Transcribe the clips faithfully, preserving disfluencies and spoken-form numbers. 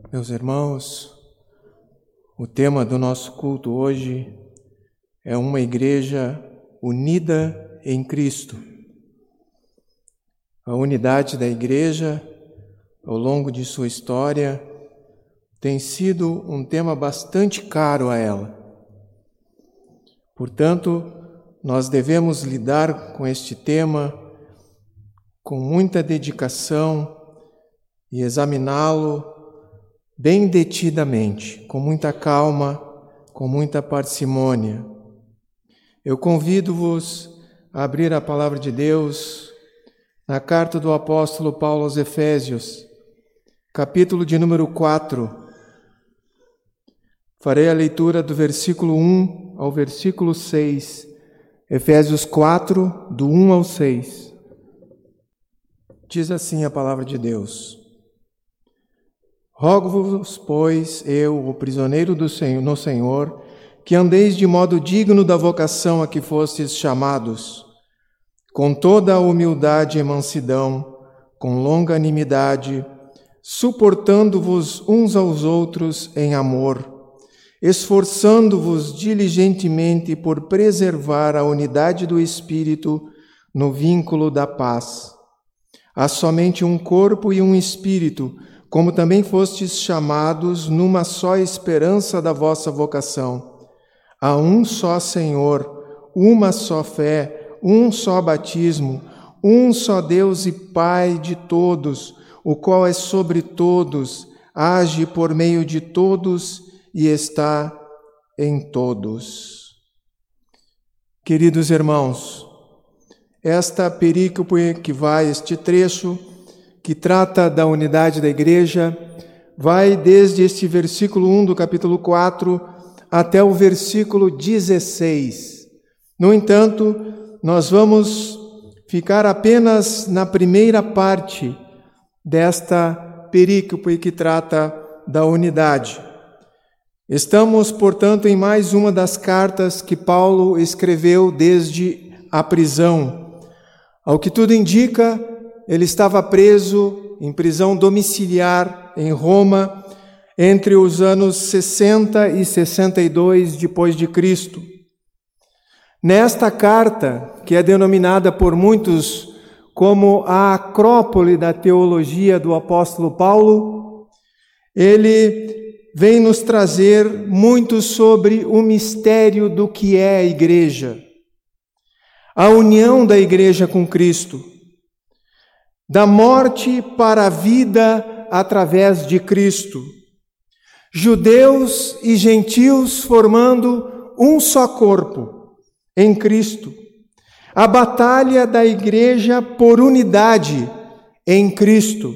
Meus irmãos, o tema do nosso culto hoje é uma igreja unida em Cristo. A unidade da igreja, ao longo de sua história, tem sido um tema bastante caro a ela. Portanto, nós devemos lidar com este tema com muita dedicação e examiná-lo bem detidamente, com muita calma, com muita parcimônia. Eu convido-vos a abrir a palavra de Deus na carta do apóstolo Paulo aos Efésios, capítulo de número quatro. Farei a leitura do versículo um ao versículo seis, Efésios quatro, do um ao seis. Diz assim a palavra de Deus: Rogo-vos, pois, eu, o prisioneiro do Senhor, no Senhor, que andeis de modo digno da vocação a que fostes chamados, com toda a humildade e mansidão, com longanimidade, suportando-vos uns aos outros em amor, esforçando-vos diligentemente por preservar a unidade do Espírito no vínculo da paz. Há somente um corpo e um Espírito, como também fostes chamados numa só esperança da vossa vocação. Há um só Senhor, uma só fé, um só batismo, um só Deus e Pai de todos, o qual é sobre todos, age por meio de todos e está em todos. Queridos irmãos, esta perícope que vai, este trecho que trata da unidade da igreja, vai desde este versículo um do capítulo quatro até o versículo dezesseis. No entanto, nós vamos ficar apenas na primeira parte desta perícope que trata da unidade. Estamos, portanto, em mais uma das cartas que Paulo escreveu desde a prisão. Ao que tudo indica, ele estava preso em prisão domiciliar em Roma entre os anos sessenta e sessenta e dois depois de Cristo. Nesta carta, que é denominada por muitos como a acrópole da teologia do apóstolo Paulo, ele vem nos trazer muito sobre o mistério do que é a igreja, a união da igreja com Cristo, da morte para a vida através de Cristo, judeus e gentios formando um só corpo em Cristo, a batalha da igreja por unidade em Cristo.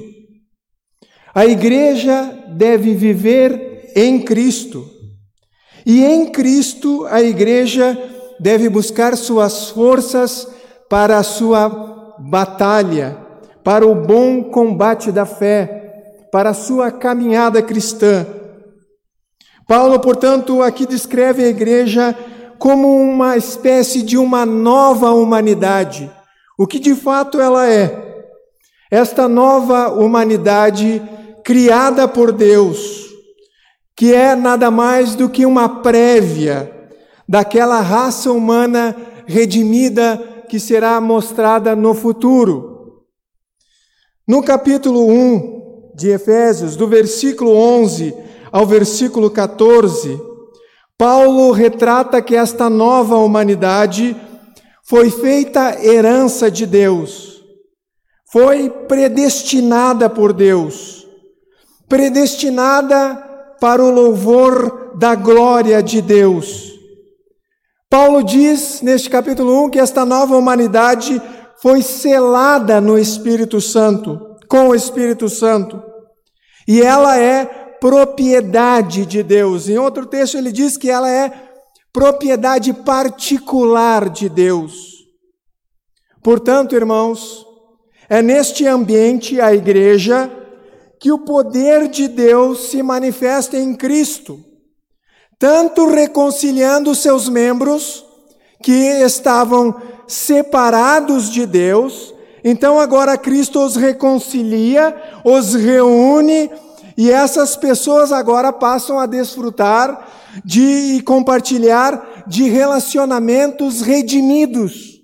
A igreja deve viver em Cristo, e em Cristo a igreja deve buscar suas forças para a sua batalha, para o bom combate da fé, para a sua caminhada cristã. Paulo, portanto, aqui descreve a igreja como uma espécie de uma nova humanidade, o que de fato ela é. Esta nova humanidade criada por Deus, que é nada mais do que uma prévia daquela raça humana redimida que será mostrada no futuro. No capítulo um de Efésios, do versículo onze ao versículo catorze, Paulo retrata que esta nova humanidade foi feita herança de Deus, foi predestinada por Deus, predestinada para o louvor da glória de Deus. Paulo diz neste capítulo um que esta nova humanidade foi selada no Espírito Santo, com o Espírito Santo, e ela é propriedade de Deus. Em outro texto ele diz que ela é propriedade particular de Deus. Portanto, irmãos, é neste ambiente, a igreja, que o poder de Deus se manifesta em Cristo, tanto reconciliando seus membros que estavam separados de Deus, então agora Cristo os reconcilia, os reúne e essas pessoas agora passam a desfrutar de e compartilhar de relacionamentos redimidos.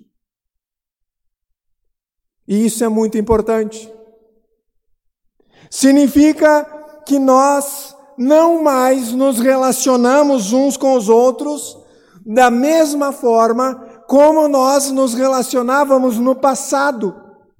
E isso é muito importante. Significa que nós não mais nos relacionamos uns com os outros da mesma forma como nós nos relacionávamos no passado.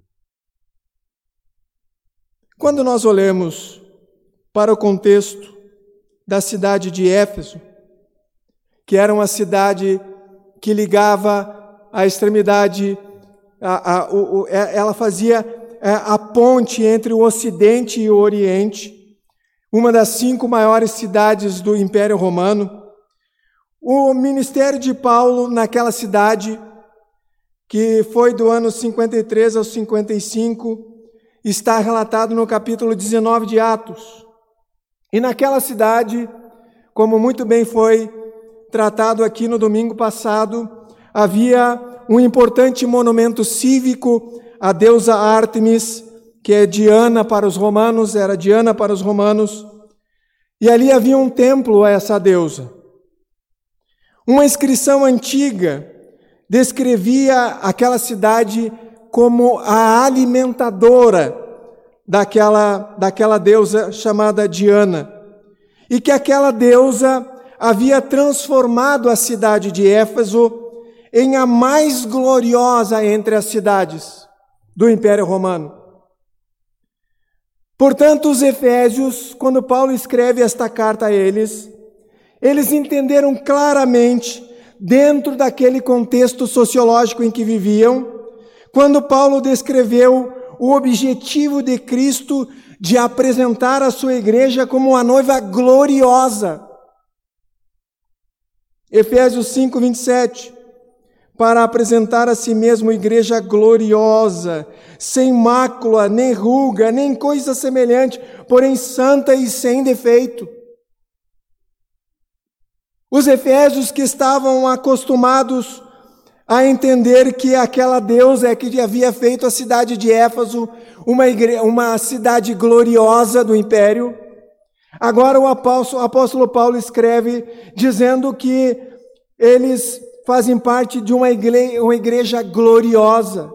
Quando nós olhamos para o contexto da cidade de Éfeso, que era uma cidade que ligava a extremidade, a, a, o, ela fazia a ponte entre o Ocidente e o Oriente, uma das cinco maiores cidades do Império Romano. O ministério de Paulo naquela cidade, que foi do ano cinquenta e três ao cinquenta e cinco, está relatado no capítulo dezenove de Atos. E naquela cidade, como muito bem foi tratado aqui no domingo passado, havia um importante monumento cívico à deusa Ártemis, que é Diana para os romanos, era Diana para os romanos, e ali havia um templo a essa deusa. Uma inscrição antiga descrevia aquela cidade como a alimentadora daquela, daquela deusa chamada Diana, e que aquela deusa havia transformado a cidade de Éfeso em a mais gloriosa entre as cidades do Império Romano. Portanto, os efésios, quando Paulo escreve esta carta a eles, eles entenderam claramente, dentro daquele contexto sociológico em que viviam, quando Paulo descreveu o objetivo de Cristo de apresentar a sua igreja como uma noiva gloriosa. Efésios cinco, vinte e sete, para apresentar a si mesmo igreja gloriosa, sem mácula, nem ruga, nem coisa semelhante, porém santa e sem defeito. Os efésios, que estavam acostumados a entender que aquela deusa é que havia feito a cidade de Éfeso uma, igre... uma cidade gloriosa do império, agora o apóstolo, o apóstolo Paulo escreve dizendo que eles fazem parte de uma igreja, uma igreja gloriosa.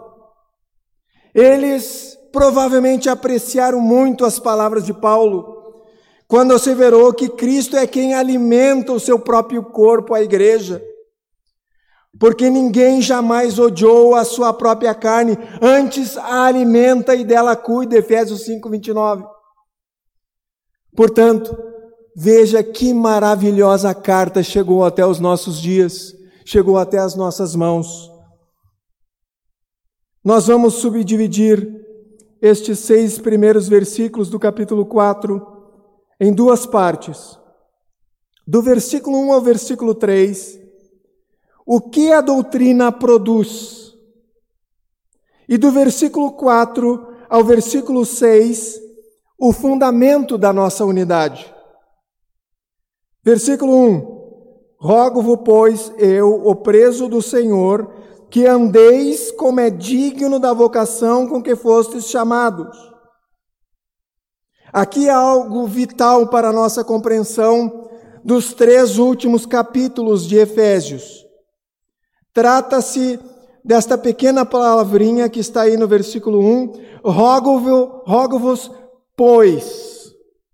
Eles provavelmente apreciaram muito as palavras de Paulo, quando asseverou que Cristo é quem alimenta o seu próprio corpo, a igreja, porque ninguém jamais odiou a sua própria carne, antes a alimenta e dela cuida, Efésios cinco, vinte e nove. Portanto, veja que maravilhosa carta chegou até os nossos dias, chegou até as nossas mãos. Nós vamos subdividir estes seis primeiros versículos do capítulo quatro em duas partes. Do versículo um ao versículo três, o que a doutrina produz. E do versículo quatro ao versículo seis, o fundamento da nossa unidade. Versículo um, rogo-vos, pois, eu, o preso do Senhor, que andeis como é digno da vocação com que fostes chamados. Aqui há algo vital para a nossa compreensão dos três últimos capítulos de Efésios. Trata-se desta pequena palavrinha que está aí no versículo um, rogo-vos, rogo-vos, pois.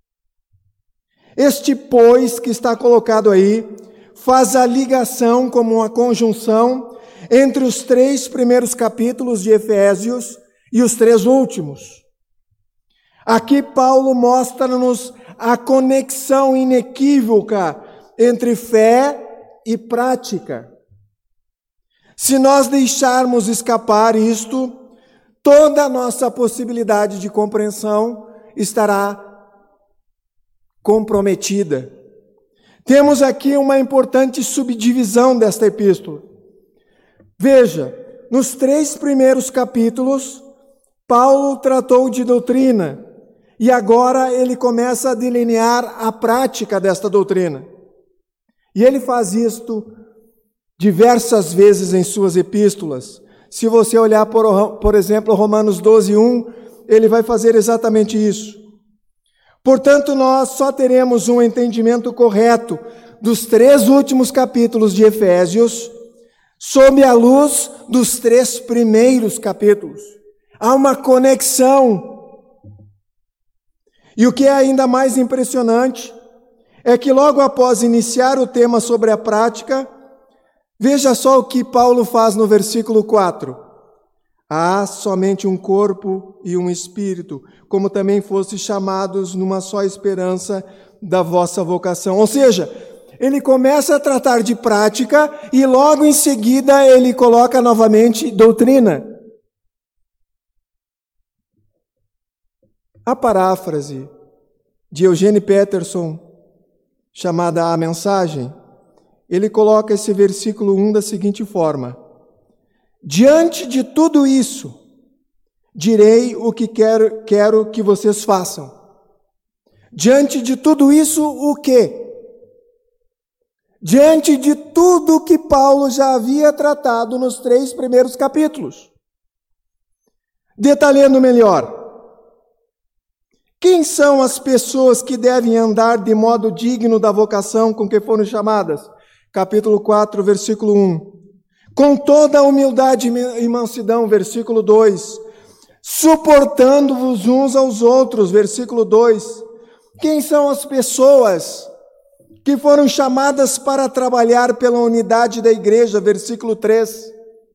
Este pois que está colocado aí faz a ligação como uma conjunção entre os três primeiros capítulos de Efésios e os três últimos. Aqui Paulo mostra-nos a conexão inequívoca entre fé e prática. Se nós deixarmos escapar isto, toda a nossa possibilidade de compreensão estará comprometida. Temos aqui uma importante subdivisão desta epístola. Veja, nos três primeiros capítulos, Paulo tratou de doutrina, e agora ele começa a delinear a prática desta doutrina. E ele faz isto diversas vezes em suas epístolas. Se você olhar, por, por exemplo, Romanos doze, um, ele vai fazer exatamente isso. Portanto, nós só teremos um entendimento correto dos três últimos capítulos de Efésios sob a luz dos três primeiros capítulos. Há uma conexão. E o que é ainda mais impressionante é que logo após iniciar o tema sobre a prática, veja só o que Paulo faz no versículo quatro. Há somente um corpo e um espírito, como também fostes chamados numa só esperança da vossa vocação. Ou seja, ele começa a tratar de prática e logo em seguida ele coloca novamente doutrina. A paráfrase de Eugene Peterson, chamada A Mensagem, ele coloca esse versículo um da seguinte forma: diante de tudo isso, direi o que quero, quero que vocês façam. Diante de tudo isso, o quê? Diante de tudo que Paulo já havia tratado nos três primeiros capítulos. Detalhando melhor, quem são as pessoas que devem andar de modo digno da vocação com que foram chamadas? Capítulo quatro, versículo um. Com toda a humildade e mansidão, versículo dois. Suportando-vos uns aos outros, versículo dois. Quem são as pessoas que foram chamadas para trabalhar pela unidade da igreja, versículo três.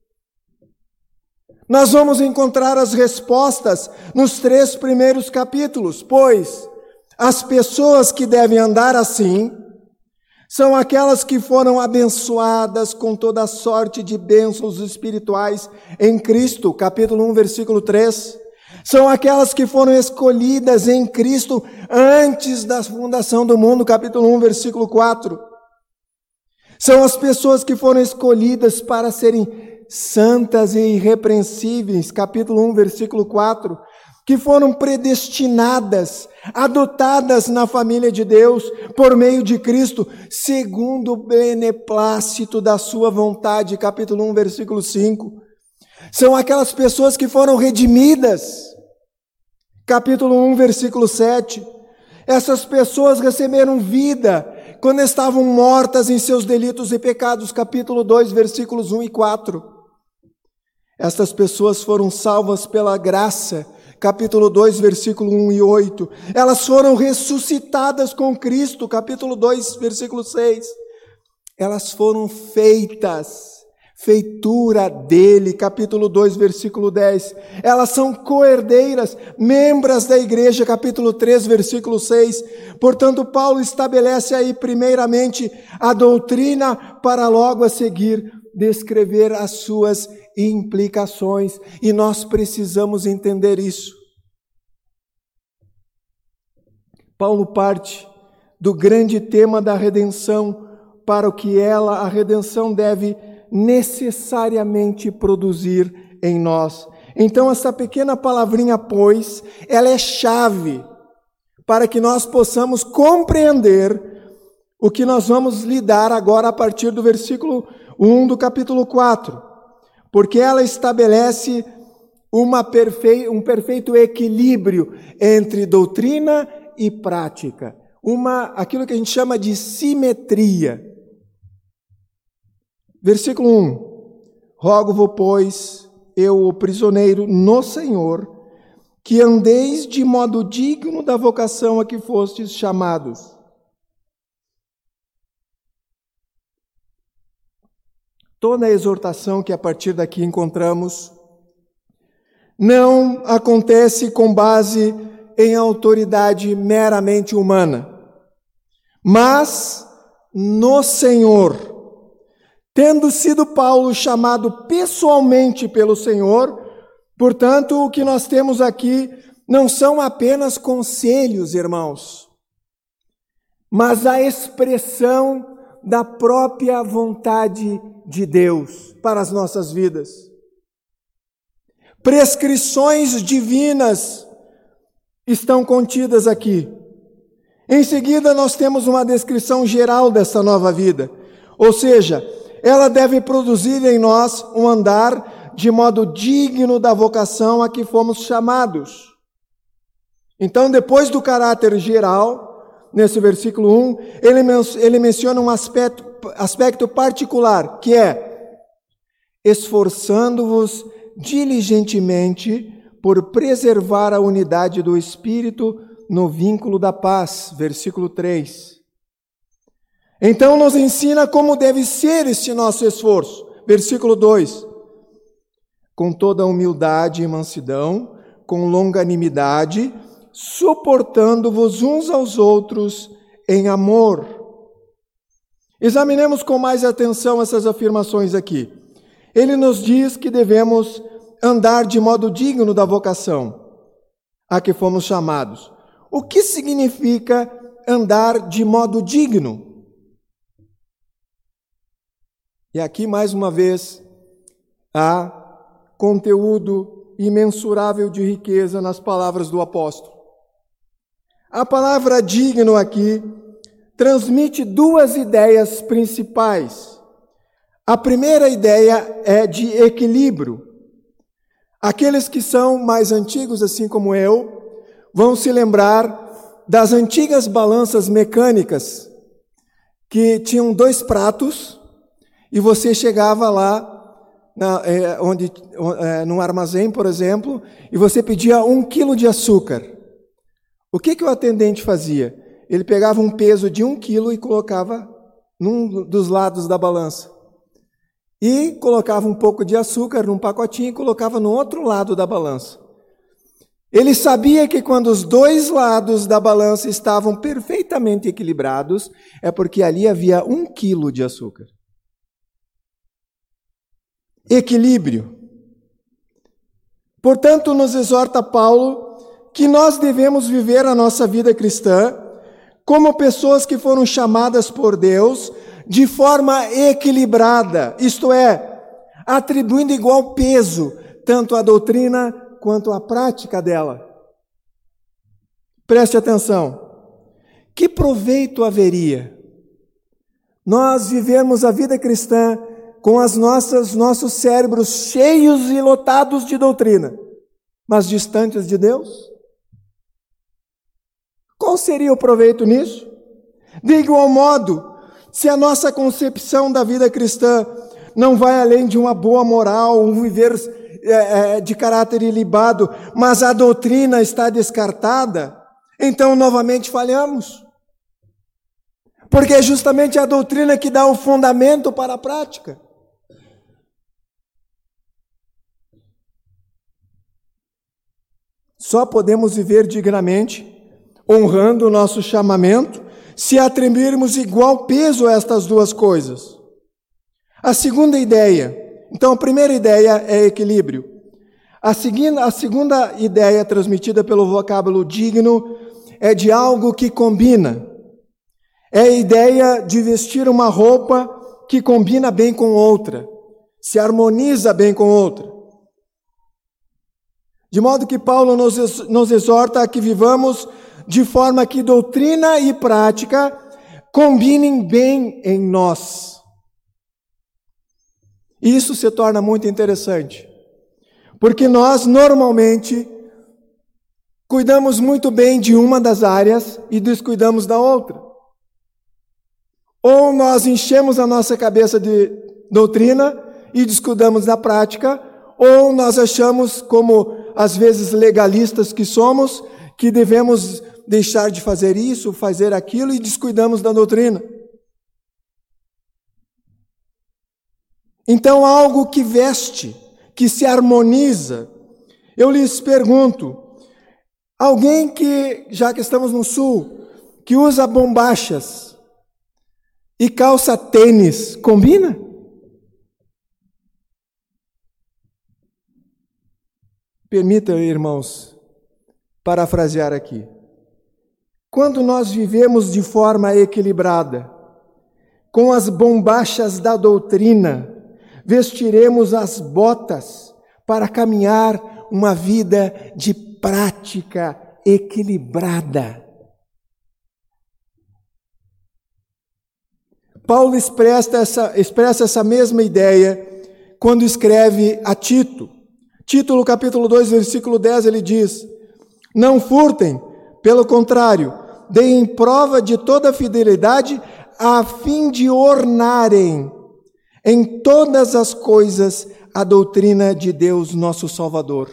Nós vamos encontrar as respostas nos três primeiros capítulos, pois as pessoas que devem andar assim são aquelas que foram abençoadas com toda a sorte de bênçãos espirituais em Cristo, capítulo um, versículo três. São aquelas que foram escolhidas em Cristo antes da fundação do mundo, capítulo um, versículo quatro. São as pessoas que foram escolhidas para serem santas e irrepreensíveis, capítulo um, versículo quatro. Que foram predestinadas, adotadas na família de Deus por meio de Cristo, segundo o beneplácito da sua vontade, capítulo um, versículo cinco. São aquelas pessoas que foram redimidas, capítulo um, versículo sete. Essas pessoas receberam vida quando estavam mortas em seus delitos e pecados, capítulo dois, versículos um e quatro. Estas pessoas foram salvas pela graça, capítulo dois, versículo um e oito. Elas foram ressuscitadas com Cristo, capítulo dois, versículo seis. Elas foram feitas, feitura dele, capítulo dois, versículo dez. Elas são co-herdeiras, membros da igreja, capítulo três, versículo seis. Portanto, Paulo estabelece aí primeiramente a doutrina para logo a seguir descrever as suas implicações, e nós precisamos entender isso. Paulo parte do grande tema da redenção para o que ela, a redenção, deve necessariamente produzir em nós. Então, essa pequena palavrinha, pois, ela é chave para que nós possamos compreender o que nós vamos lidar agora a partir do versículo um do capítulo quatro. Porque ela estabelece uma perfe... um perfeito equilíbrio entre doutrina e prática. Uma, aquilo que a gente chama de simetria. Versículo um. Rogo-vos, pois, eu, o prisioneiro no Senhor, que andeis de modo digno da vocação a que fostes chamados. Toda a exortação que a partir daqui encontramos não acontece com base em autoridade meramente humana, mas no Senhor. Tendo sido Paulo chamado pessoalmente pelo Senhor, portanto, o que nós temos aqui não são apenas conselhos, irmãos, mas a expressão da própria vontade de Deus para as nossas vidas. Prescrições divinas estão contidas aqui. Em seguida, nós temos uma descrição geral dessa nova vida, ou seja, ela deve produzir em nós um andar de modo digno da vocação a que fomos chamados. Então, depois do caráter geral, nesse versículo um, ele, men- ele menciona um aspecto, aspecto particular, que é esforçando-vos diligentemente por preservar a unidade do Espírito no vínculo da paz, versículo três. Então, nos ensina como deve ser este nosso esforço, versículo dois. Com toda humildade e mansidão, com longanimidade, suportando-vos uns aos outros em amor. Examinemos com mais atenção essas afirmações aqui. Ele nos diz que devemos andar de modo digno da vocação a que fomos chamados. O que significa andar de modo digno? E aqui, mais uma vez, há conteúdo imensurável de riqueza nas palavras do apóstolo. A palavra digno aqui transmite duas ideias principais. A primeira ideia é de equilíbrio. Aqueles que são mais antigos, assim como eu, vão se lembrar das antigas balanças mecânicas que tinham dois pratos e você chegava lá na, é, onde, é, num armazém, por exemplo, e você pedia um quilo de açúcar. O que, que o atendente fazia? Ele pegava um peso de um quilo e colocava num dos lados da balança. E colocava um pouco de açúcar num pacotinho e colocava no outro lado da balança. Ele sabia que quando os dois lados da balança estavam perfeitamente equilibrados, é porque ali havia um quilo de açúcar. Equilíbrio. Portanto, nos exorta Paulo que nós devemos viver a nossa vida cristã como pessoas que foram chamadas por Deus de forma equilibrada, isto é, atribuindo igual peso tanto à doutrina quanto à prática dela. Preste atenção. Que proveito haveria nós vivermos a vida cristã com as nossas, nossos cérebros cheios e lotados de doutrina, mas distantes de Deus? Qual seria o proveito nisso? De igual modo, se a nossa concepção da vida cristã não vai além de uma boa moral, um viver é, é, de caráter ilibado, mas a doutrina está descartada, então novamente falhamos. Porque é justamente a doutrina que dá o fundamento para a prática. Só podemos viver dignamente, honrando o nosso chamamento, se atribuirmos igual peso a estas duas coisas. A segunda ideia, então a primeira ideia é equilíbrio. A, segunda, a segunda ideia transmitida pelo vocábulo digno é de algo que combina. É a ideia de vestir uma roupa que combina bem com outra, se harmoniza bem com outra. De modo que Paulo nos, nos exorta a que vivamos de forma que doutrina e prática combinem bem em nós. Isso se torna muito interessante, porque nós normalmente cuidamos muito bem de uma das áreas e descuidamos da outra. Ou nós enchemos a nossa cabeça de doutrina e descuidamos da prática, ou nós achamos, como às vezes legalistas que somos, que devemos deixar de fazer isso, fazer aquilo e descuidamos da doutrina. Então, algo que veste, que se harmoniza. Eu lhes pergunto, alguém que, já que estamos no sul, que usa bombachas e calça tênis, combina? Permitam, irmãos, parafrasear aqui. Quando nós vivemos de forma equilibrada, com as bombachas da doutrina, vestiremos as botas para caminhar uma vida de prática equilibrada. Paulo expressa essa, expressa essa mesma ideia quando escreve a Tito. Tito, capítulo dois, versículo dez, ele diz: não furtem, Pelo contrário, deem prova de toda fidelidade, a fim de ornarem em todas as coisas a doutrina de Deus, nosso Salvador.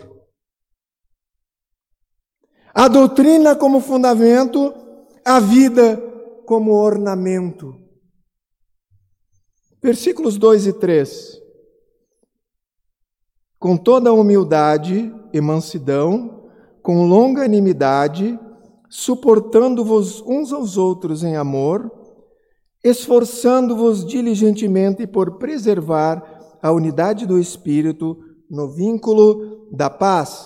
A doutrina como fundamento, a vida como ornamento. Versículos dois e três. Com toda humildade e mansidão, com longanimidade, suportando-vos uns aos outros em amor, esforçando-vos diligentemente por preservar a unidade do Espírito no vínculo da paz.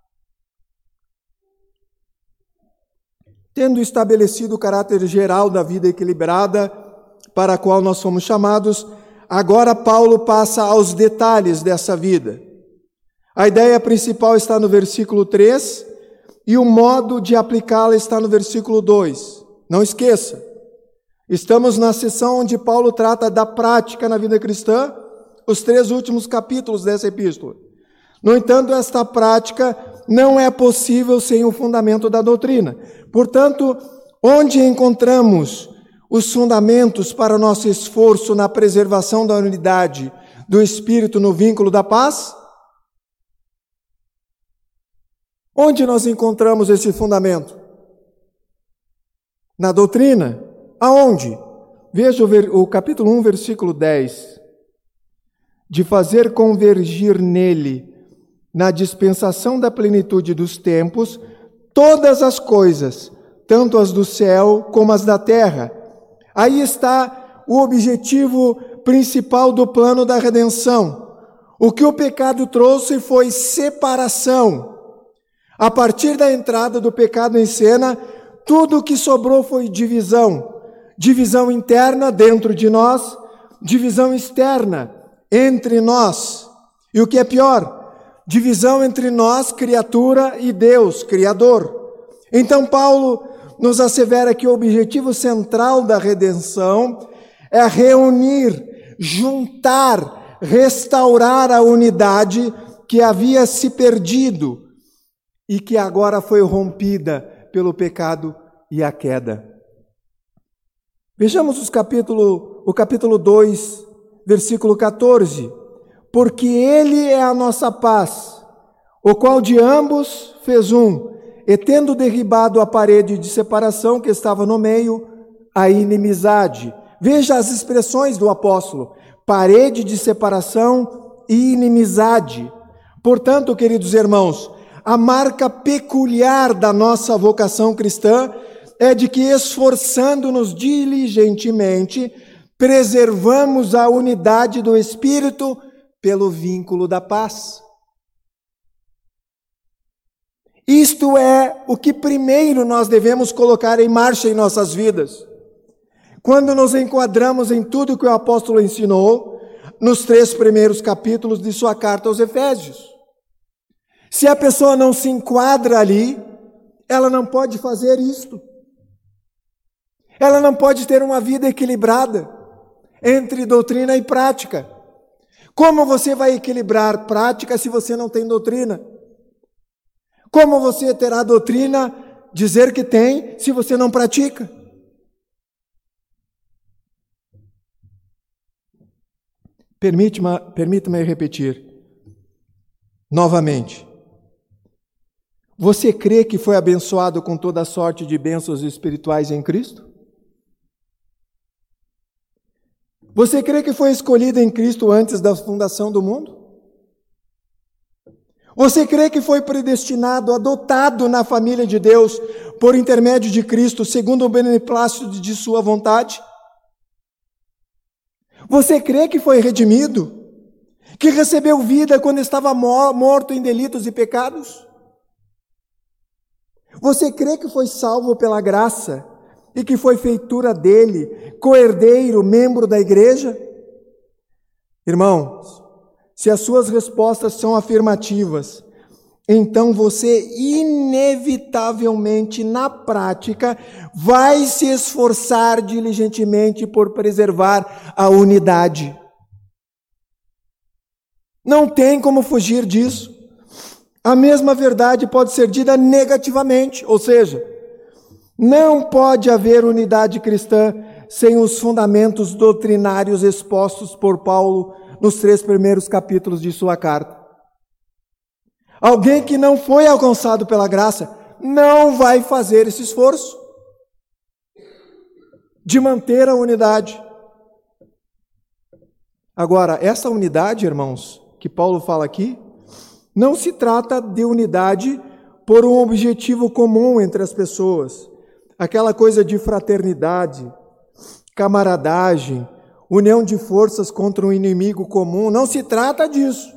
Tendo estabelecido o caráter geral da vida equilibrada para a qual nós somos chamados, agora Paulo passa aos detalhes dessa vida. A ideia principal está no versículo três e o modo de aplicá-la está no versículo dois. Não esqueça, estamos na seção onde Paulo trata da prática na vida cristã, os três últimos capítulos dessa epístola. No entanto, esta prática não é possível sem o fundamento da doutrina. Portanto, onde encontramos os fundamentos para o nosso esforço na preservação da unidade do Espírito no vínculo da paz? Onde nós encontramos esse fundamento? Na doutrina. Aonde? Veja o, o capítulo um, versículo dez. De fazer convergir nele, na dispensação da plenitude dos tempos, todas as coisas, tanto as do céu como as da terra. Aí está o objetivo principal do plano da redenção. O que o pecado trouxe foi separação. A partir da entrada do pecado em cena, tudo o que sobrou foi divisão. Divisão interna dentro de nós, divisão externa entre nós. E o que é pior? Divisão entre nós, criatura, e Deus, Criador. Então Paulo nos assevera que o objetivo central da redenção é reunir, juntar, restaurar a unidade que havia se perdido e que agora foi rompida pelo pecado e a queda. Vejamos os capítulo, o capítulo dois, versículo catorze. Porque ele é a nossa paz, o qual de ambos fez um, e tendo derribado a parede de separação que estava no meio, a inimizade. Veja as expressões do apóstolo: parede de separação e inimizade. Portanto, queridos irmãos, a marca peculiar da nossa vocação cristã é de que, esforçando-nos diligentemente, preservamos a unidade do Espírito pelo vínculo da paz. Isto é o que primeiro nós devemos colocar em marcha em nossas vidas. Quando nos enquadramos em tudo que o apóstolo ensinou, nos três primeiros capítulos de sua carta aos Efésios. Se a pessoa não se enquadra ali, ela não pode fazer isto. Ela não pode ter uma vida equilibrada entre doutrina e prática. Como você vai equilibrar prática se você não tem doutrina? Como você terá doutrina dizer que tem se você não pratica? Permite-me, permita-me repetir novamente. Você crê que foi abençoado com toda a sorte de bênçãos espirituais em Cristo? Você crê que foi escolhido em Cristo antes da fundação do mundo? Você crê que foi predestinado, adotado na família de Deus por intermédio de Cristo, segundo o beneplácito de sua vontade? Você crê que foi redimido? Que recebeu vida quando estava morto em delitos e pecados? Você crê que foi salvo pela graça e que foi feitura dele, co-herdeiro, membro da igreja? Irmãos, se as suas respostas são afirmativas, então você inevitavelmente, na prática, vai se esforçar diligentemente por preservar a unidade. Não tem como fugir disso. A mesma verdade pode ser dita negativamente, ou seja, Não pode haver unidade cristã sem os fundamentos doutrinários expostos por Paulo nos três primeiros capítulos de sua carta. Alguém que não foi alcançado pela graça não vai fazer esse esforço de manter a unidade. Agora, essa unidade, irmãos, que Paulo fala aqui, não se trata de unidade por um objetivo comum entre as pessoas. Aquela coisa de fraternidade, camaradagem, união de forças contra um inimigo comum, não se trata disso.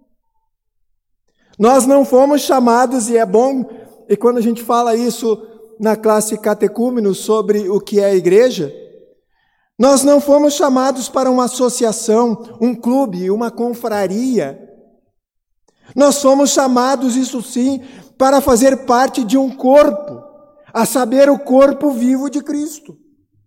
Nós não fomos chamados, e é bom, e quando a gente fala isso na classe catecúmenos sobre o que é a igreja, nós não fomos chamados para uma associação, um clube, uma confraria. Nós fomos chamados, isso sim, para fazer parte de um corpo, a saber, o corpo vivo de Cristo.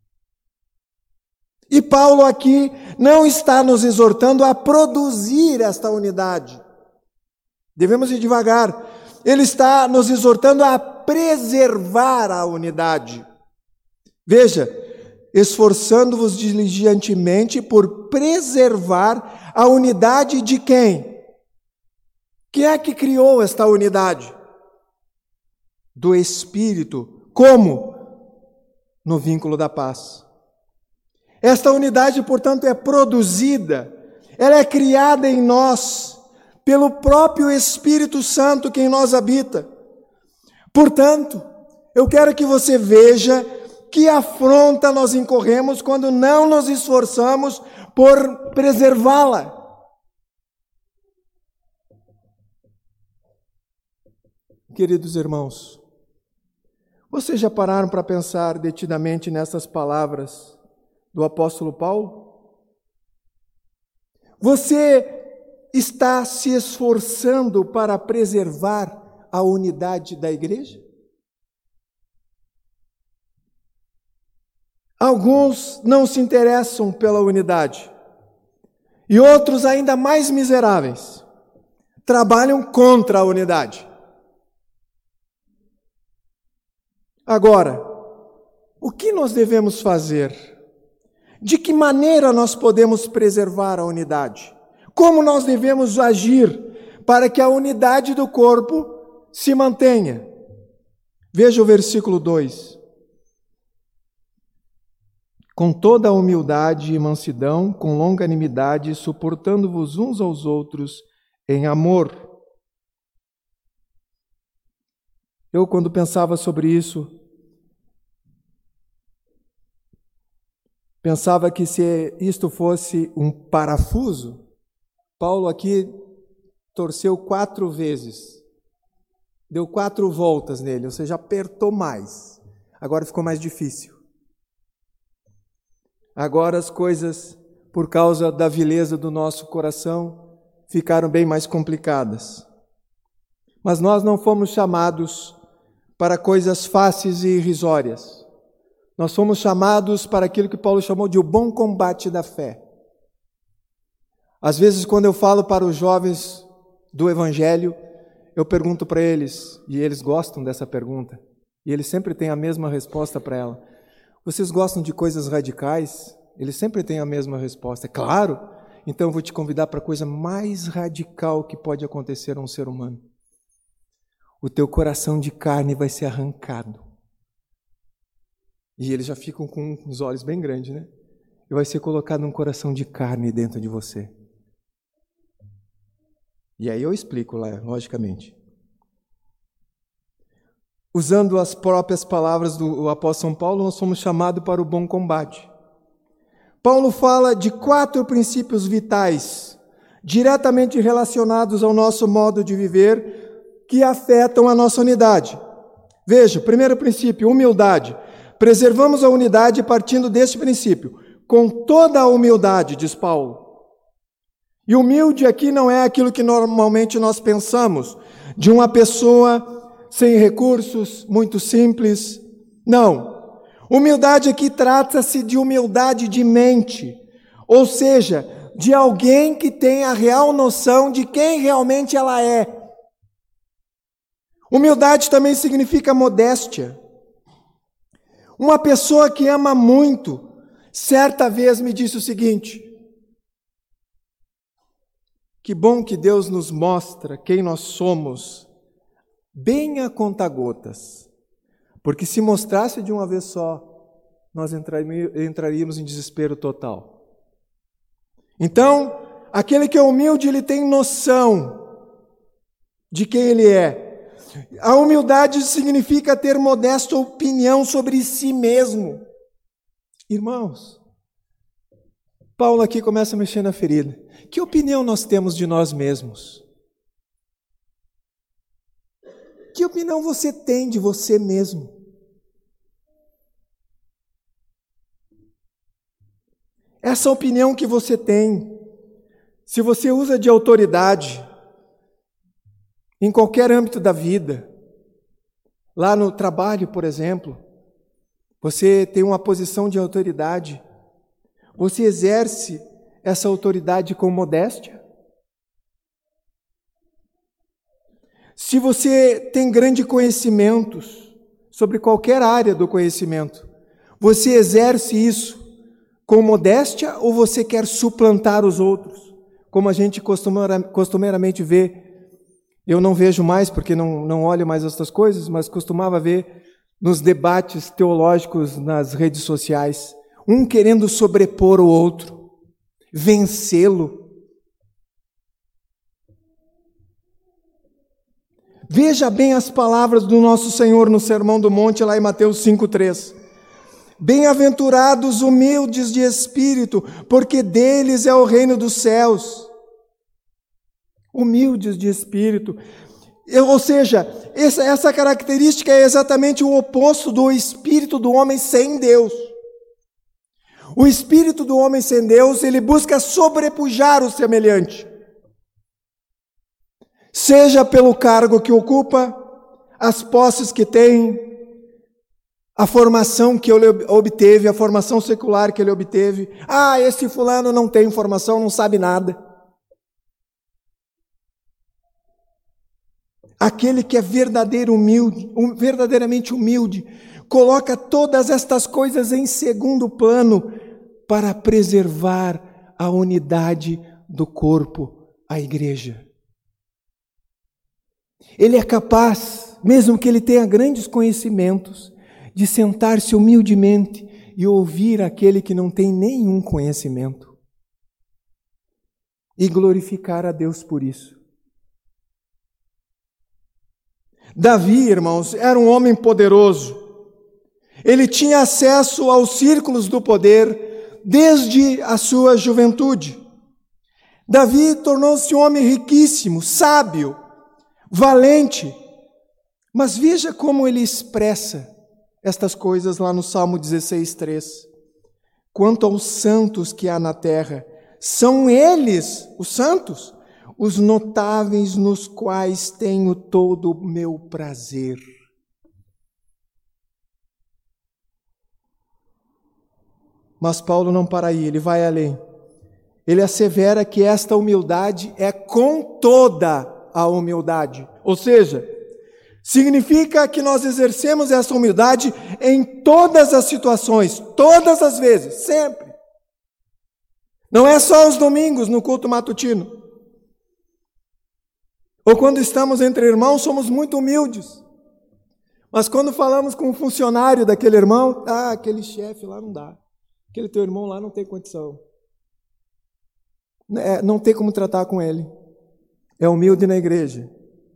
E Paulo aqui não está nos exortando a produzir esta unidade. Devemos ir devagar. Ele está nos exortando a preservar a unidade. Veja, esforçando-vos diligentemente por preservar a unidade de quem? Quem é que criou esta unidade? Do Espírito. Como? No vínculo da paz. Esta unidade, portanto, é produzida, ela é criada em nós, pelo próprio Espírito Santo que em nós habita. Portanto, eu quero que você veja que afronta nós incorremos quando não nos esforçamos por preservá-la. Queridos irmãos, vocês já pararam para pensar detidamente nessas palavras do apóstolo Paulo? Você está se esforçando para preservar a unidade da igreja? Alguns não se interessam pela unidade, e outros, ainda mais miseráveis, trabalham contra a unidade. Agora, o que nós devemos fazer? De que maneira nós podemos preservar a unidade? Como nós devemos agir para que a unidade do corpo se mantenha? Veja o versículo dois. Com toda a humildade e mansidão, com longanimidade, suportando-vos uns aos outros em amor. Eu, quando pensava sobre isso, pensava que se isto fosse um parafuso, Paulo aqui torceu quatro vezes, deu quatro voltas nele, ou seja, apertou mais. Agora ficou mais difícil. Agora as coisas, por causa da vileza do nosso coração, ficaram bem mais complicadas. Mas nós não fomos chamados para coisas fáceis e irrisórias. Nós fomos chamados para aquilo que Paulo chamou de o bom combate da fé. Às vezes, quando eu falo para os jovens do Evangelho, eu pergunto para eles, e eles gostam dessa pergunta, e eles sempre têm a mesma resposta para ela. Vocês gostam de coisas radicais? Eles sempre têm a mesma resposta. É claro! Então eu vou te convidar para a coisa mais radical que pode acontecer a um ser humano. O teu coração de carne vai ser arrancado. E eles já ficam com os olhos bem grandes, né? E vai ser colocado um coração de carne dentro de você. E aí eu explico lá, logicamente. Usando as próprias palavras do apóstolo São Paulo, nós somos chamados para o bom combate. Paulo fala de quatro princípios vitais, diretamente relacionados ao nosso modo de viver, que afetam a nossa unidade. Veja, primeiro princípio, humildade. Preservamos a unidade partindo deste princípio, com toda a humildade, diz Paulo. E humilde aqui não é aquilo que normalmente nós pensamos, de uma pessoa sem recursos, muito simples. Não. Humildade aqui trata-se de humildade de mente, ou seja, de alguém que tem a real noção de quem realmente ela é. Humildade também significa modéstia. Uma pessoa que ama muito, certa vez me disse o seguinte: que bom que Deus nos mostra quem nós somos, bem a conta-gotas, porque se mostrasse de uma vez só, nós entraríamos em desespero total. Então, aquele que é humilde, ele tem noção de quem ele é. A humildade significa ter modesta opinião sobre si mesmo. Irmãos, Paulo aqui começa a mexer na ferida. Que opinião nós temos de nós mesmos? Que opinião você tem de você mesmo? Essa opinião que você tem, se você usa de autoridade em qualquer âmbito da vida, lá no trabalho, por exemplo, você tem uma posição de autoridade, você exerce essa autoridade com modéstia? Se você tem grande conhecimentos sobre qualquer área do conhecimento, você exerce isso com modéstia ou você quer suplantar os outros? Como a gente costumeiramente vê, eu não vejo mais porque não, não olho mais essas coisas, mas costumava ver nos debates teológicos nas redes sociais, um querendo sobrepor o outro, vencê-lo. Veja bem as palavras do nosso Senhor no Sermão do Monte, lá em Mateus cinco, três. Bem-aventurados humildes de espírito, porque deles é o reino dos céus. Humildes de espírito. Ou seja, essa, essa característica é exatamente o oposto do espírito do homem sem Deus. O espírito do homem sem Deus, ele busca sobrepujar o semelhante. Seja pelo cargo que ocupa, as posses que tem, a formação que ele obteve, a formação secular que ele obteve. Ah, esse fulano não tem formação, não sabe nada. Aquele que é verdadeiro humilde, verdadeiramente humilde, coloca todas estas coisas em segundo plano para preservar a unidade do corpo, a igreja. Ele é capaz, mesmo que ele tenha grandes conhecimentos, de sentar-se humildemente e ouvir aquele que não tem nenhum conhecimento e glorificar a Deus por isso. Davi, irmãos, era um homem poderoso. Ele tinha acesso aos círculos do poder desde a sua juventude. Davi tornou-se um homem riquíssimo, sábio, valente. Mas veja como ele expressa estas coisas lá no Salmo dezesseis, três. Quanto aos santos que há na terra, são eles, os santos, os notáveis nos quais tenho todo o meu prazer. Mas Paulo não para aí, ele vai além. Ele assevera que esta humildade é com toda a humildade. Ou seja, significa que nós exercemos essa humildade em todas as situações, todas as vezes, sempre. Não é só os domingos no culto matutino. Ou quando estamos entre irmãos, somos muito humildes. Mas quando falamos com um funcionário daquele irmão, ah, aquele chefe lá não dá. Aquele teu irmão lá não tem condição. É, não tem como tratar com ele. É humilde na igreja.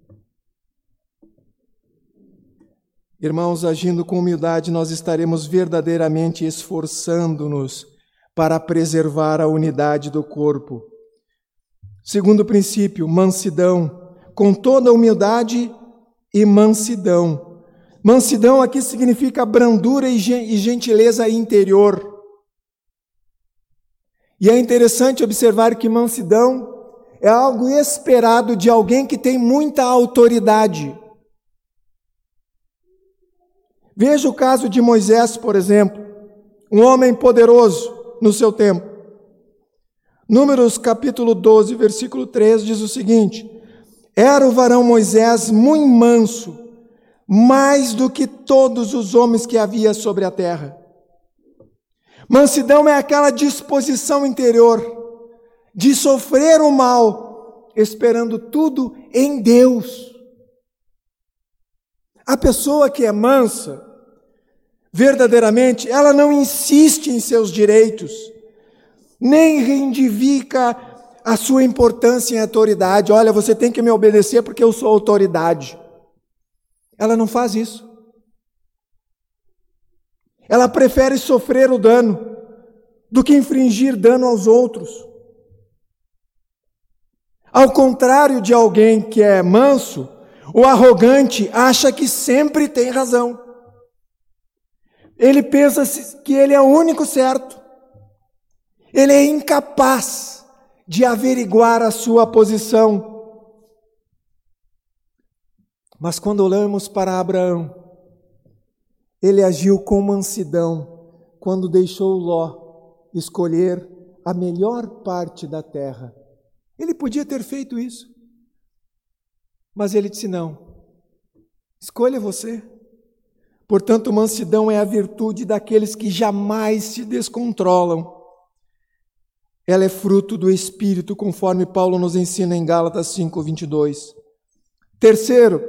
Irmãos, agindo com humildade, nós estaremos verdadeiramente esforçando-nos para preservar a unidade do corpo. Segundo princípio, mansidão. Com toda humildade e mansidão. Mansidão aqui significa brandura e gentileza interior. E é interessante observar que mansidão é algo esperado de alguém que tem muita autoridade. Veja o caso de Moisés, por exemplo, um homem poderoso no seu tempo. Números capítulo doze, versículo três diz o seguinte: era o varão Moisés muito manso, mais do que todos os homens que havia sobre a terra. Mansidão é aquela disposição interior de sofrer o mal, esperando tudo em Deus. A pessoa que é mansa, verdadeiramente, ela não insiste em seus direitos, nem reivindica a sua importância e autoridade. Olha, você tem que me obedecer porque eu sou autoridade. Ela não faz isso. Ela prefere sofrer o dano do que infringir dano aos outros. Ao contrário de alguém que é manso, o arrogante acha que sempre tem razão. Ele pensa que ele é o único certo. Ele é incapaz de averiguar a sua posição. Mas quando olhamos para Abraão, ele agiu com mansidão quando deixou Ló escolher a melhor parte da terra. Ele podia ter feito isso, mas ele disse não. Escolha você. Portanto, mansidão é a virtude daqueles que jamais se descontrolam. Ela é fruto do Espírito, conforme Paulo nos ensina em Gálatas cinco, vinte e dois. Terceiro,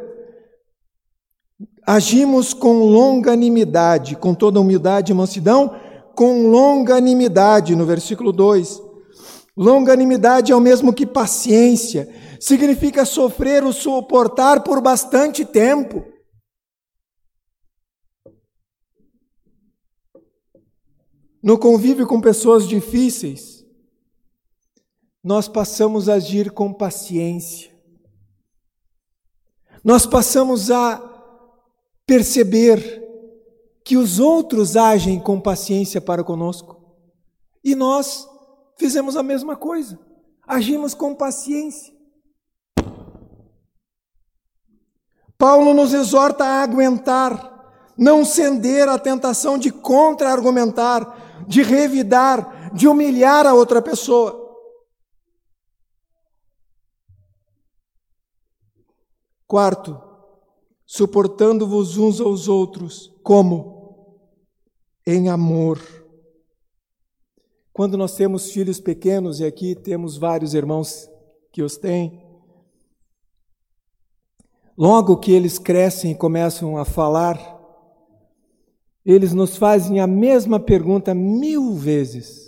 agimos com longanimidade, com toda humildade e mansidão, com longanimidade, no versículo dois. Longanimidade é o mesmo que paciência, significa sofrer ou suportar por bastante tempo. No convívio com pessoas difíceis, nós passamos a agir com paciência. Nós passamos a perceber que os outros agem com paciência para conosco. E nós fizemos a mesma coisa. Agimos com paciência. Paulo nos exorta a aguentar, não ceder à tentação de contra-argumentar, de revidar, de humilhar a outra pessoa. Quarto, suportando-vos uns aos outros. Como? Em amor. Quando nós temos filhos pequenos, e aqui temos vários irmãos que os têm, logo que eles crescem e começam a falar, eles nos fazem a mesma pergunta mil vezes.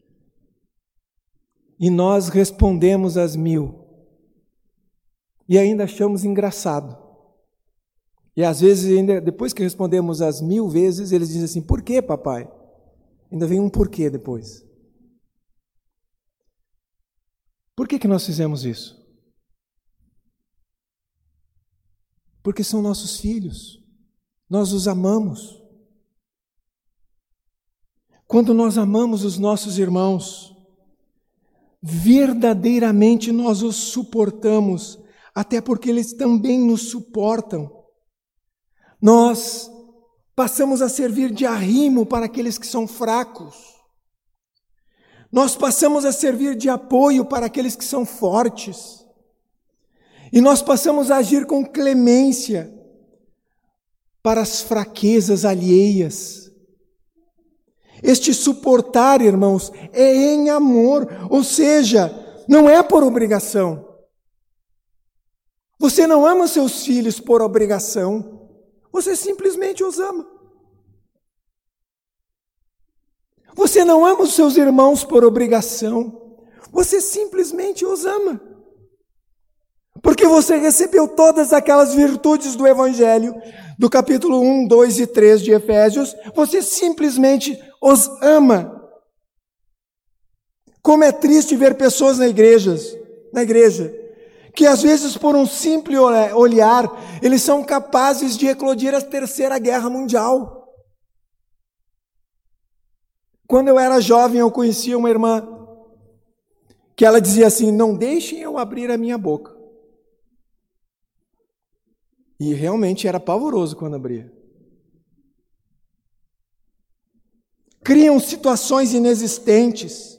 E nós respondemos as mil. E ainda achamos engraçado. E às vezes, ainda, depois que respondemos as mil vezes, eles dizem assim, por quê, papai? Ainda vem um porquê depois. Por que que nós fizemos isso? Porque são nossos filhos. Nós os amamos. Quando nós amamos os nossos irmãos, verdadeiramente nós os suportamos, até porque eles também nos suportam. Nós passamos a servir de arrimo para aqueles que são fracos. Nós passamos a servir de apoio para aqueles que são fortes. E nós passamos a agir com clemência para as fraquezas alheias. Este suportar, irmãos, é em amor, ou seja, não é por obrigação. Você não ama seus filhos por obrigação. Você simplesmente os ama. Você não ama os seus irmãos por obrigação. Você simplesmente os ama. Porque você recebeu todas aquelas virtudes do Evangelho, do capítulo um, dois e três de Efésios, você simplesmente os ama. Como é triste ver pessoas na igreja, na igreja, que às vezes por um simples olhar, eles são capazes de eclodir a Terceira Guerra Mundial. Quando eu era jovem, eu conhecia uma irmã, que ela dizia assim, não deixem eu abrir a minha boca. E realmente era pavoroso quando abria. Criam situações inexistentes,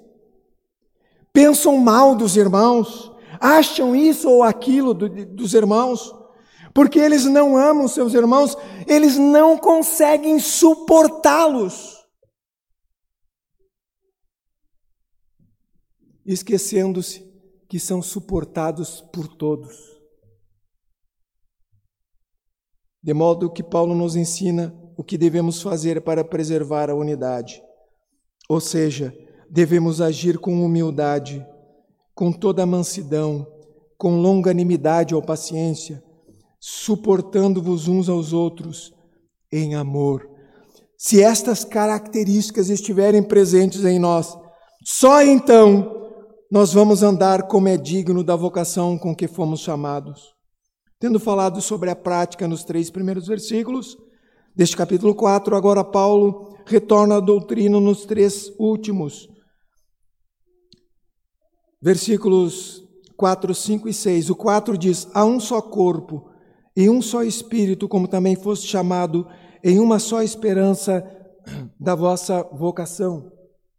pensam mal dos irmãos, acham isso ou aquilo do, dos irmãos, Porque eles não amam seus irmãos, eles não conseguem suportá-los. Esquecendo-se que são suportados por todos. De modo que Paulo nos ensina o que devemos fazer para preservar a unidade. Ou seja, devemos agir com humildade, com toda a mansidão, com longanimidade ou paciência, suportando-vos uns aos outros em amor. Se estas características estiverem presentes em nós, só então nós vamos andar como é digno da vocação com que fomos chamados. Tendo falado sobre a prática nos três primeiros versículos deste capítulo quatro, agora Paulo retorna à doutrina nos três últimos. Versículos quatro, cinco e seis. O quatro diz: há um só corpo e um só Espírito, como também foste chamado em uma só esperança da vossa vocação.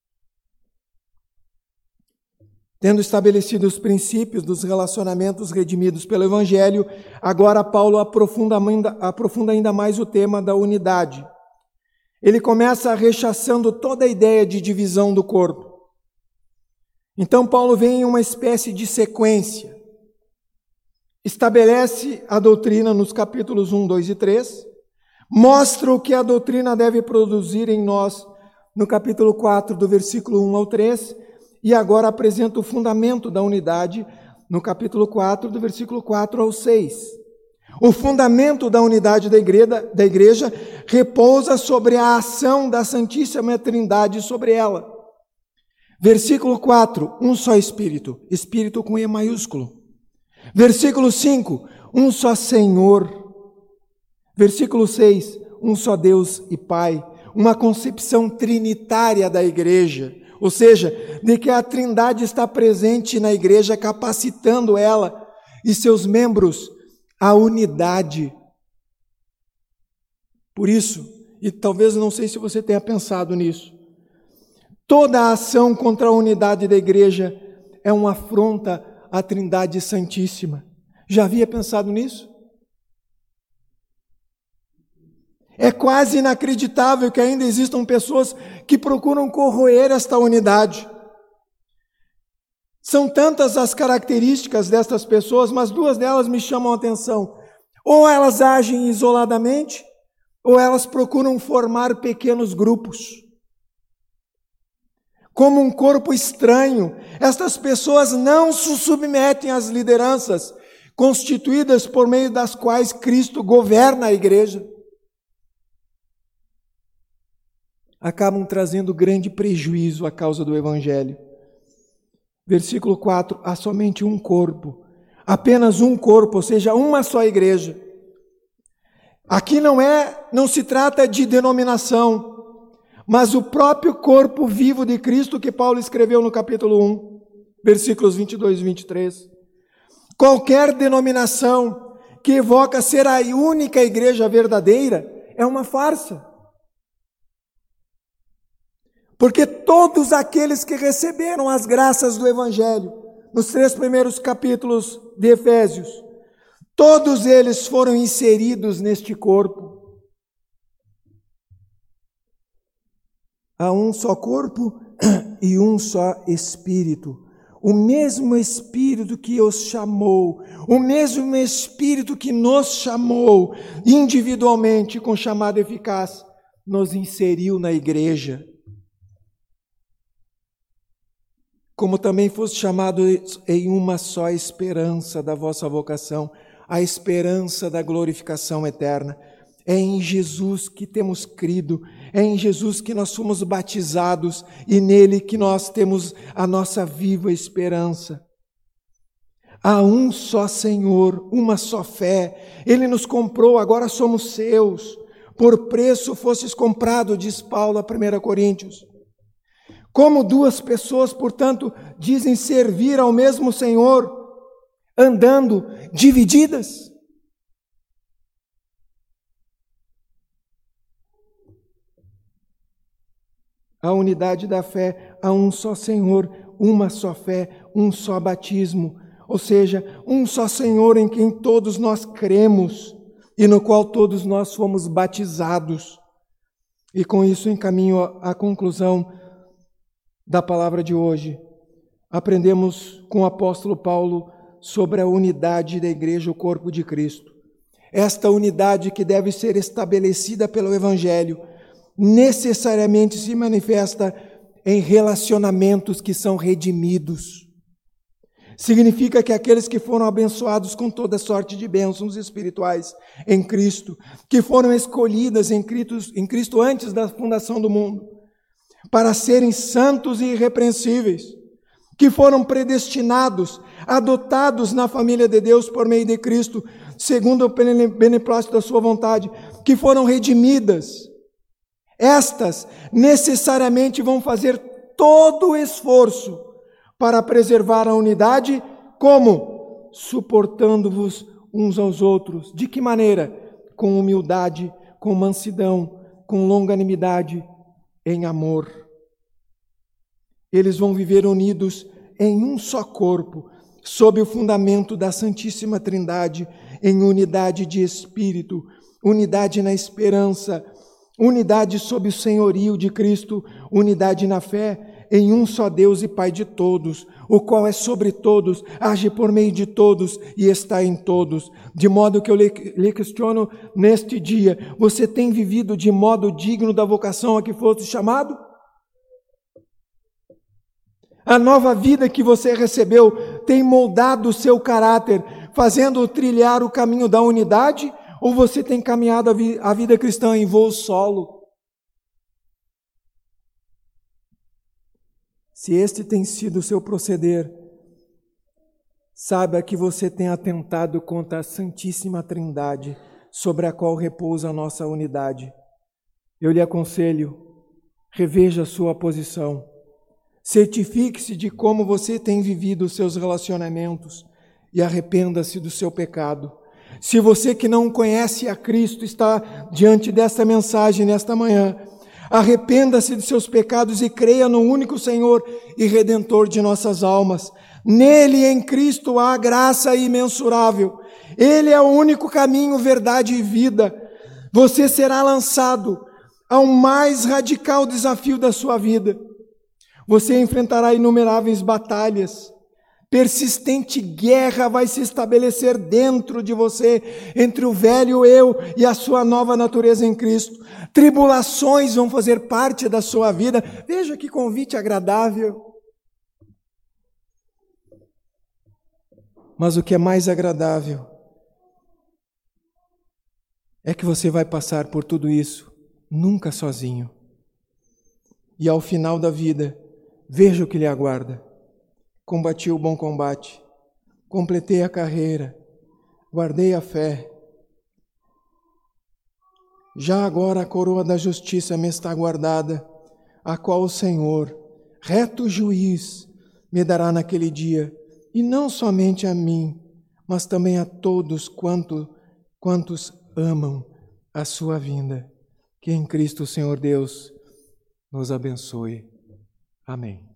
Tendo estabelecido os princípios dos relacionamentos redimidos pelo Evangelho, agora Paulo aprofunda ainda, aprofunda ainda mais o tema da unidade. Ele começa rechaçando toda a ideia de divisão do corpo. Então Paulo vem em uma espécie de sequência. Estabelece a doutrina nos capítulos um, dois e três, mostra o que a doutrina deve produzir em nós no capítulo quatro, do versículo um ao três, e agora apresenta o fundamento da unidade no capítulo quatro, do versículo quatro ao seis. O fundamento da unidade da igreja, da igreja repousa sobre a ação da Santíssima Trindade sobre ela. Versículo quatro, um só Espírito, Espírito com E maiúsculo. Versículo cinco, um só Senhor. Versículo seis, um só Deus e Pai. Uma concepção trinitária da igreja. Ou seja, de que a Trindade está presente na igreja, capacitando ela e seus membros à unidade. Por isso, e talvez não sei se você tenha pensado nisso, toda a ação contra a unidade da igreja é uma afronta à Trindade Santíssima. Já havia pensado nisso? É quase inacreditável que ainda existam pessoas que procuram corroer esta unidade. São tantas as características destas pessoas, mas duas delas me chamam a atenção. Ou elas agem isoladamente, ou elas procuram formar pequenos grupos. Como um corpo estranho, estas pessoas não se submetem às lideranças constituídas por meio das quais Cristo governa a igreja. Acabam trazendo grande prejuízo à causa do Evangelho. Versículo quatro, há somente um corpo, apenas um corpo, ou seja, uma só igreja. Aqui não é, não se trata de denominação, mas o próprio corpo vivo de Cristo que Paulo escreveu no capítulo um, versículos vinte e dois e vinte e três. Qualquer denominação que evoca ser a única igreja verdadeira é uma farsa. Porque todos aqueles que receberam as graças do Evangelho, nos três primeiros capítulos de Efésios, todos eles foram inseridos neste corpo. Há um só corpo e um só Espírito. O mesmo Espírito que os chamou, o mesmo Espírito que nos chamou individualmente com chamada eficaz, nos inseriu na igreja. Como também foste chamado em uma só esperança da vossa vocação, a esperança da glorificação eterna. É em Jesus que temos crido, é em Jesus que nós fomos batizados e nele que nós temos a nossa viva esperança. Há um só Senhor, uma só fé. Ele nos comprou, agora somos seus. Por preço fostes comprado, diz Paulo a primeira Coríntios. Como duas pessoas, portanto, dizem servir ao mesmo Senhor, andando divididas? A unidade da fé, há um só Senhor, uma só fé, um só batismo, ou seja, um só Senhor em quem todos nós cremos e no qual todos nós fomos batizados. E com isso encaminho à conclusão da palavra de hoje. Aprendemos com o apóstolo Paulo sobre a unidade da igreja, o corpo de Cristo. Esta unidade que deve ser estabelecida pelo Evangelho necessariamente se manifesta em relacionamentos que são redimidos. Significa que aqueles que foram abençoados com toda sorte de bênçãos espirituais em Cristo, que foram escolhidas em Cristo, em Cristo antes da fundação do mundo, para serem santos e irrepreensíveis, que foram predestinados, adotados na família de Deus por meio de Cristo, segundo o beneplácito da sua vontade, que foram redimidas. Estas necessariamente vão fazer todo o esforço para preservar a unidade, como? Suportando-vos uns aos outros. De que maneira? Com humildade, com mansidão, com longanimidade, em amor. Eles vão viver unidos em um só corpo, sob o fundamento da Santíssima Trindade, em unidade de espírito, unidade na esperança, unidade sob o senhorio de Cristo, unidade na fé, em um só Deus e Pai de todos, o qual é sobre todos, age por meio de todos e está em todos. De modo que eu lhe questiono neste dia, você tem vivido de modo digno da vocação a que foste chamado? A nova vida que você recebeu tem moldado o seu caráter, fazendo-o trilhar o caminho da unidade? Ou você tem caminhado a, vi- a vida cristã em voo solo? Se este tem sido o seu proceder, saiba que você tem atentado contra a Santíssima Trindade, sobre a qual repousa a nossa unidade. Eu lhe aconselho, reveja a sua posição. Certifique-se de como você tem vivido os seus relacionamentos e arrependa-se do seu pecado. Se você que não conhece a Cristo está diante desta mensagem nesta manhã, arrependa-se de seus pecados e creia no único Senhor e Redentor de nossas almas. Nele, em Cristo, há graça imensurável. Ele é o único caminho, verdade e vida. Você será lançado ao mais radical desafio da sua vida. Você enfrentará inumeráveis batalhas. Persistente guerra vai se estabelecer dentro de você, entre o velho eu e a sua nova natureza em Cristo. Tribulações vão fazer parte da sua vida. Veja que convite agradável. Mas o que é mais agradável é que você vai passar por tudo isso nunca sozinho. E ao final da vida, veja o que lhe aguarda. Combati o bom combate, completei a carreira, guardei a fé. Já agora a coroa da justiça me está guardada, a qual o Senhor, reto juiz, me dará naquele dia, e não somente a mim, mas também a todos quanto, quantos amam a sua vinda. Que em Cristo, Senhor Deus, nos abençoe. Amém.